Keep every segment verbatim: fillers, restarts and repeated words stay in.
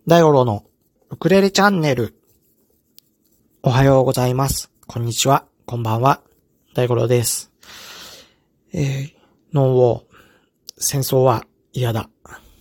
大五郎のウクレレチャンネル。おはようございます。こんにちは。こんばんは。大五郎です。えー、ノンウォー、戦争は嫌だ。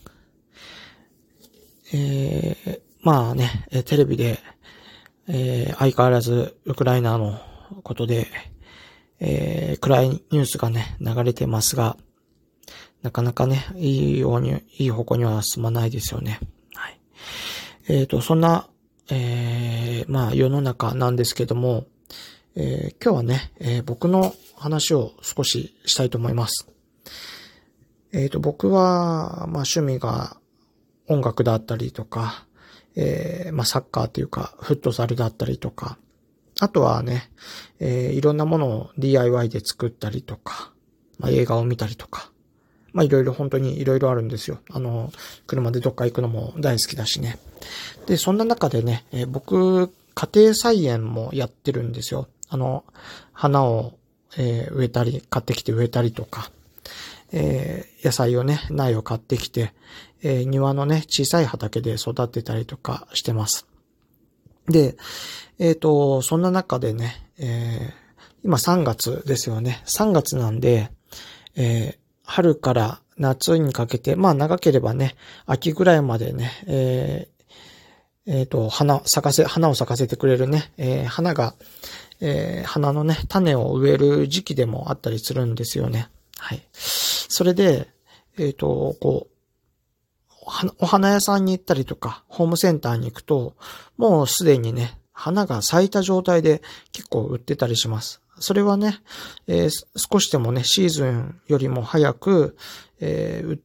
えー、まあね、テレビで、えー、相変わらずウクライナのことで、えー、暗いニュースがね、流れてますが、なかなかね、いいように、いい方向には進まないですよね。はい。えっと、そんな、えー、まあ世の中なんですけども、えー、今日はね、えー、僕の話を少ししたいと思います。えっと、僕は、まあ趣味が音楽だったりとか、えー、まあサッカーというか、フットサルだったりとか、あとはね、えー、いろんなものを ディーアイワイ で作ったりとか、まあ映画を見たりとか、まあいろいろ本当にいろいろあるんですよ。あの、車でどっか行くのも大好きだしね。で、そんな中でね、えー、僕、家庭菜園もやってるんですよ。あの、花を、えー、植えたり、買ってきて植えたりとか、えー、野菜をね、苗を買ってきて、えー、庭のね、小さい畑で育てたりとかしてます。で、えっと、そんな中でね、えー、今さんがつですよね。さんがつなんで、えー、春から夏にかけて、まあ長ければね、秋ぐらいまでね、えー、えっと、花、咲かせ、花を咲かせてくれるね、えー、花が、えー、花のね、種を植える時期でもあったりするんですよね。はい。それで、えっと、こう、お花屋さんに行ったりとか、ホームセンターに行くと、もうすでにね、花が咲いた状態で結構売ってたりします。それはね、えー、少しでもね、シーズンよりも早く、えー、売って、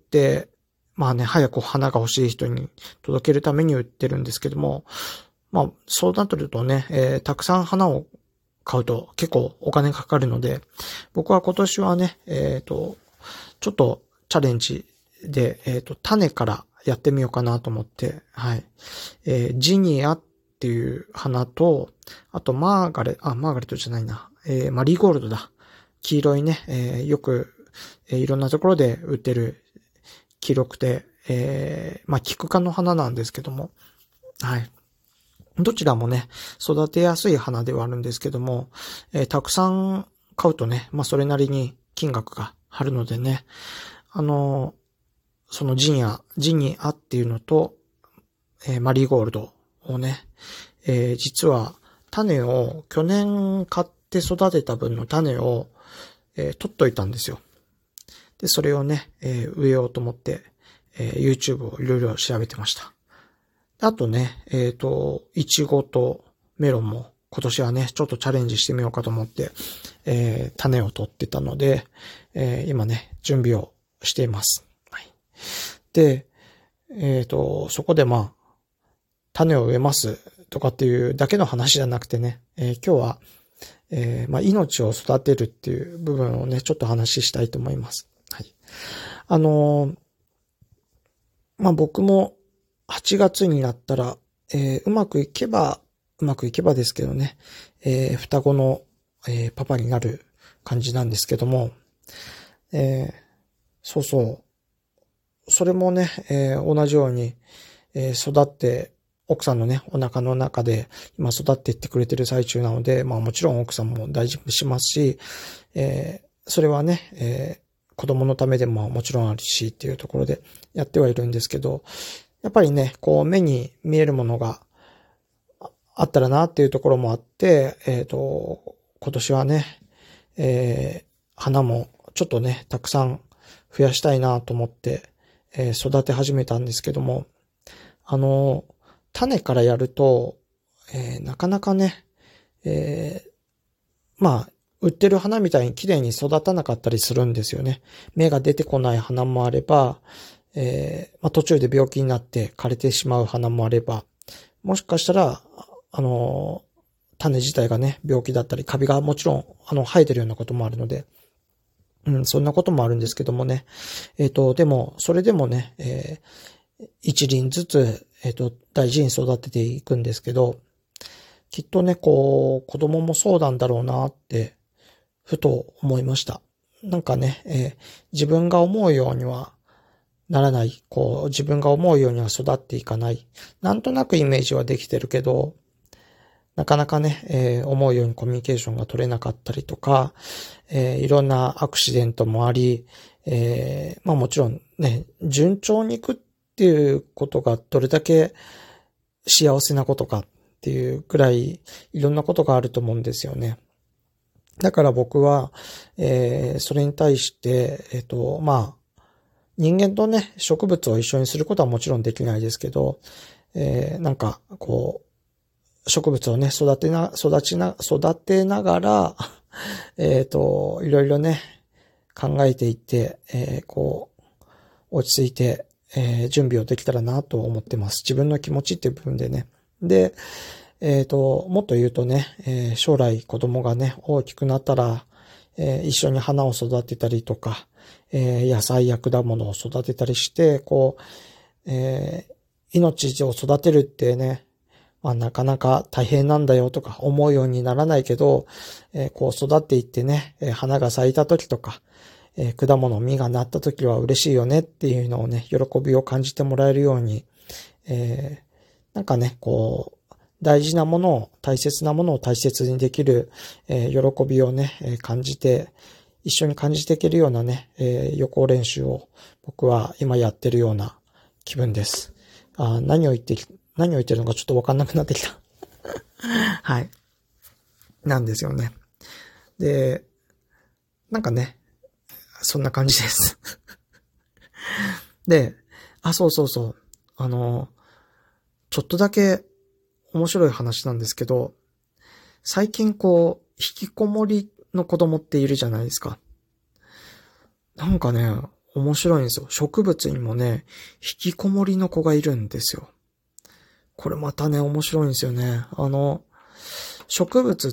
まあね、早く花が欲しい人に届けるために売ってるんですけども、まあ、そうなってるとね、えー、たくさん花を買うと結構お金かかるので、僕は今年はね、えっと、ちょっとチャレンジで、えっと、種からやってみようかなと思って、はい。えー、ジニアっていう花と、あとマーガレ、あ、マーガレットじゃないな。えー、マリーゴールドだ。黄色いね、えー、よく、えー、いろんなところで売ってる黄色くて、えー、まあ、キク科の花なんですけども、はい。どちらもね、育てやすい花ではあるんですけども、えー、たくさん買うとね、まあ、それなりに金額が張るのでね、あのー、そのジニア、ジニアっていうのと、えー、マリーゴールドをね、えー、実は種を去年買って育てた分の種を、えー、取っといたんですよ。で、それをね、えー、植えようと思って、えー、YouTube をいろいろ調べてました。あとね、えっと、イチゴとメロンも今年はね、ちょっとチャレンジしてみようかと思って、えー、種を取ってたので、えー、今ね、準備をしています。はい。で、えっと、そこでまあ、種を植えますとかっていうだけの話じゃなくてね、えー、今日は、えー、まあ、命を育てるっていう部分をね、ちょっと話したいと思います。はい。あのー、まあ、僕もはちがつになったら、えー、うまくいけば、うまくいけばですけどね、えー、双子の、えー、パパになる感じなんですけども、えー、そうそう。それもね、えー、同じように、えー、育って、奥さんのね、お腹の中で今育っていってくれてる最中なので、まあもちろん奥さんも大事にしますし、えー、それはね、えー、子供のためでももちろんあるしっていうところでやってはいるんですけど、やっぱりね、こう目に見えるものがあったらなっていうところもあって、えっと、今年はね、えー、花もちょっとね、たくさん増やしたいなと思って、えー、育て始めたんですけども、あの、種からやると、えー、なかなかね、えー、まあ、売ってる花みたいに綺麗に育たなかったりするんですよね。芽が出てこない花もあれば、えーまあ、途中で病気になって枯れてしまう花もあれば、もしかしたら、あの、種自体がね、病気だったり、カビがもちろん、あの、生えてるようなこともあるので、うん、そんなこともあるんですけどもね。えっと、でも、それでもね、えー、一輪ずつ、えっと、大事に育てていくんですけど、きっとね、こう、子供もそうなんだろうなって、ふと思いました。なんかね、えー、自分が思うようには、 ならない。こう、自分が思うようには育っていかない。なんとなくイメージはできてるけど、なかなかね、えー、思うようにコミュニケーションが取れなかったりとか、えー、いろんなアクシデントもあり、えー、まあもちろんね、順調にいくっていうことがどれだけ幸せなことかっていうくらいいろんなことがあると思うんですよね。だから僕は、えー、それに対して、えっと、まあ、人間とね、植物を一緒にすることはもちろんできないですけど、えー、なんか、こう、植物をね、育てな、育ちな、育てながら、えっと、いろいろね、考えていって、えー、こう、落ち着いて、えー、準備をできたらなと思ってます。自分の気持ちっていう部分でね。で、えっと、もっと言うとね、えー、将来子供がね、大きくなったら、えー、一緒に花を育てたりとか、えー、野菜や果物を育てたりして、こう、えー、命を育てるってね、まあなかなか大変なんだよとか思うようにならないけど、えー、こう育っていってね、えー、花が咲いた時とか、えー、果物実がなった時は嬉しいよねっていうのをね、喜びを感じてもらえるように、えー、なんかね、こう、大事なものを、大切なものを大切にできる、えー、喜びをね、えー、感じて、一緒に感じていけるようなね、えー、予行練習を僕は今やってるような気分です。あ、何を言って何を言ってるのかちょっとわかんなくなってきた。はい。なんですよね。で、なんかね、そんな感じです。で、あ、そうそうそう。あの、ちょっとだけ面白い話なんですけど、最近こう、引きこもりの子供っているじゃないですか。なんかね、面白いんですよ。植物にもね、引きこもりの子がいるんですよ。これまたね、面白いんですよね。あの、植物って、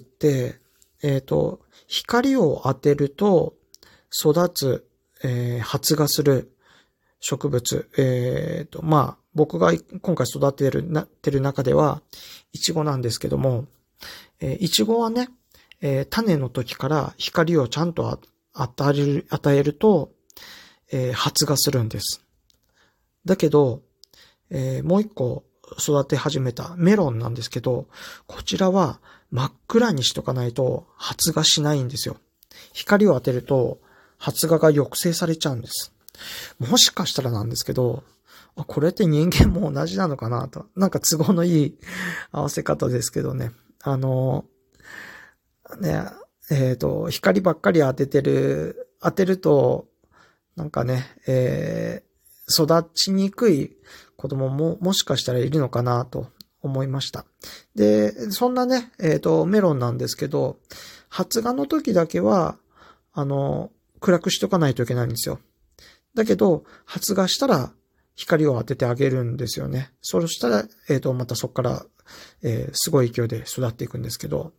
えっと、光を当てると育つ、えー、発芽する植物。えっと、まあ、僕が今回育てる、なってる中では、イチゴなんですけども、えー、イチゴはね、えー、種の時から光をちゃんと与える、与えると、えー、発芽するんです。だけど、えー、もう一個育て始めたメロンなんですけど、こちらは真っ暗にしとかないと発芽しないんですよ。光を当てると発芽が抑制されちゃうんです。もしかしたらなんですけど、これって人間も同じなのかなと。なんか都合のいい合わせ方ですけどね。あの、ね、えっと、光ばっかり当ててる、当てると、なんかね、えー、育ちにくい子供ももしかしたらいるのかなと思いました。で、そんなね、えっと、メロンなんですけど、発芽の時だけは、あの、暗くしとかないといけないんですよ。だけど、発芽したら光を当ててあげるんですよね。そうしたら、えっと、またそこから、えー、すごい勢いで育っていくんですけど、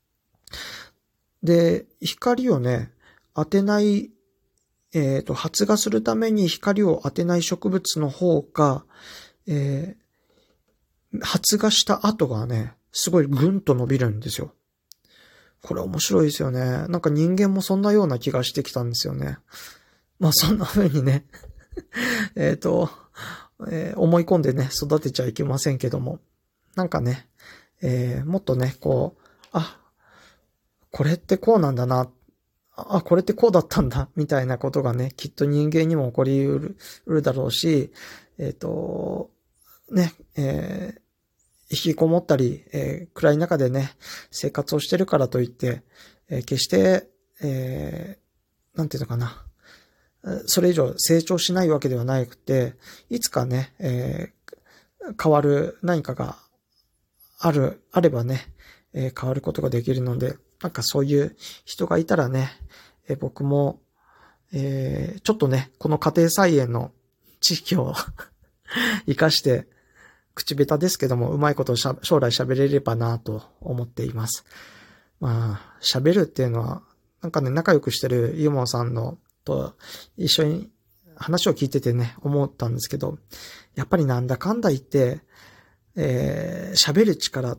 で、光をね、当てないえっと、発芽するために光を当てない植物の方が、えー、発芽した後がね、すごいぐんと伸びるんですよ。これ面白いですよね。なんか人間もそんなような気がしてきたんですよね。まあそんな風にね、えっと、えー、思い込んでね、育てちゃいけませんけども。なんかね、えー、もっとね、こう、あ、これってこうなんだな。あ、これってこうだったんだ、みたいなことがね、きっと人間にも起こりうる、うるだろうし、えっと、ね、えー、引きこもったり、えー、暗い中でね、生活をしてるからといって、えー、決して、えー、なんていうのかな、それ以上成長しないわけではなくて、いつかね、えー、変わる何かがある、あればね、えー、変わることができるので、なんかそういう人がいたらね、えー、僕も、えー、ちょっとね、この家庭菜園の知識を活かして、口下手ですけども、うまいことしゃ将来喋れればなと思っています。まあ、喋るっていうのは、なんかね、仲良くしてるユモさんのと一緒に話を聞いててね、思ったんですけど、やっぱりなんだかんだ言って、えー、喋る力って、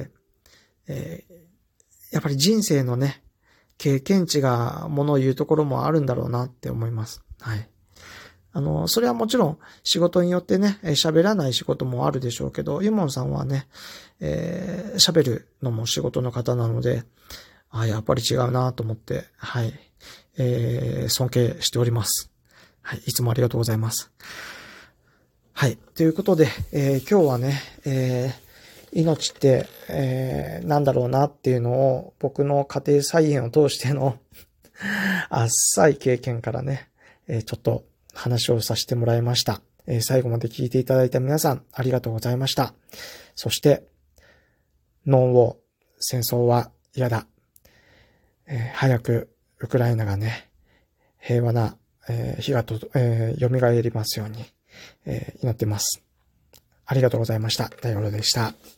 えー、やっぱり人生のね、経験値がものを言うところもあるんだろうなって思います。はい。 あの、それはもちろん仕事によってね、喋らない仕事もあるでしょうけど、ユモンさんはね、えー、喋るのも仕事の方なので、あ、やっぱり違うなと思って、はい、えー、尊敬しております。はい、いつもありがとうございます。はい、ということで、えー、今日はね、えー、命って、えー、なんだろうなっていうのを、僕の家庭菜園を通しての浅い経験からね、えー、ちょっと話をさせてもらいました。えー、最後まで聞いていただいた皆さん、ありがとうございました。そして、ノンウォー、戦争は嫌だ。えー、早くウクライナがね、平和な、えー、日がと、えー、蘇りますように、えー、祈ってます。ありがとうございました。大五郎でした。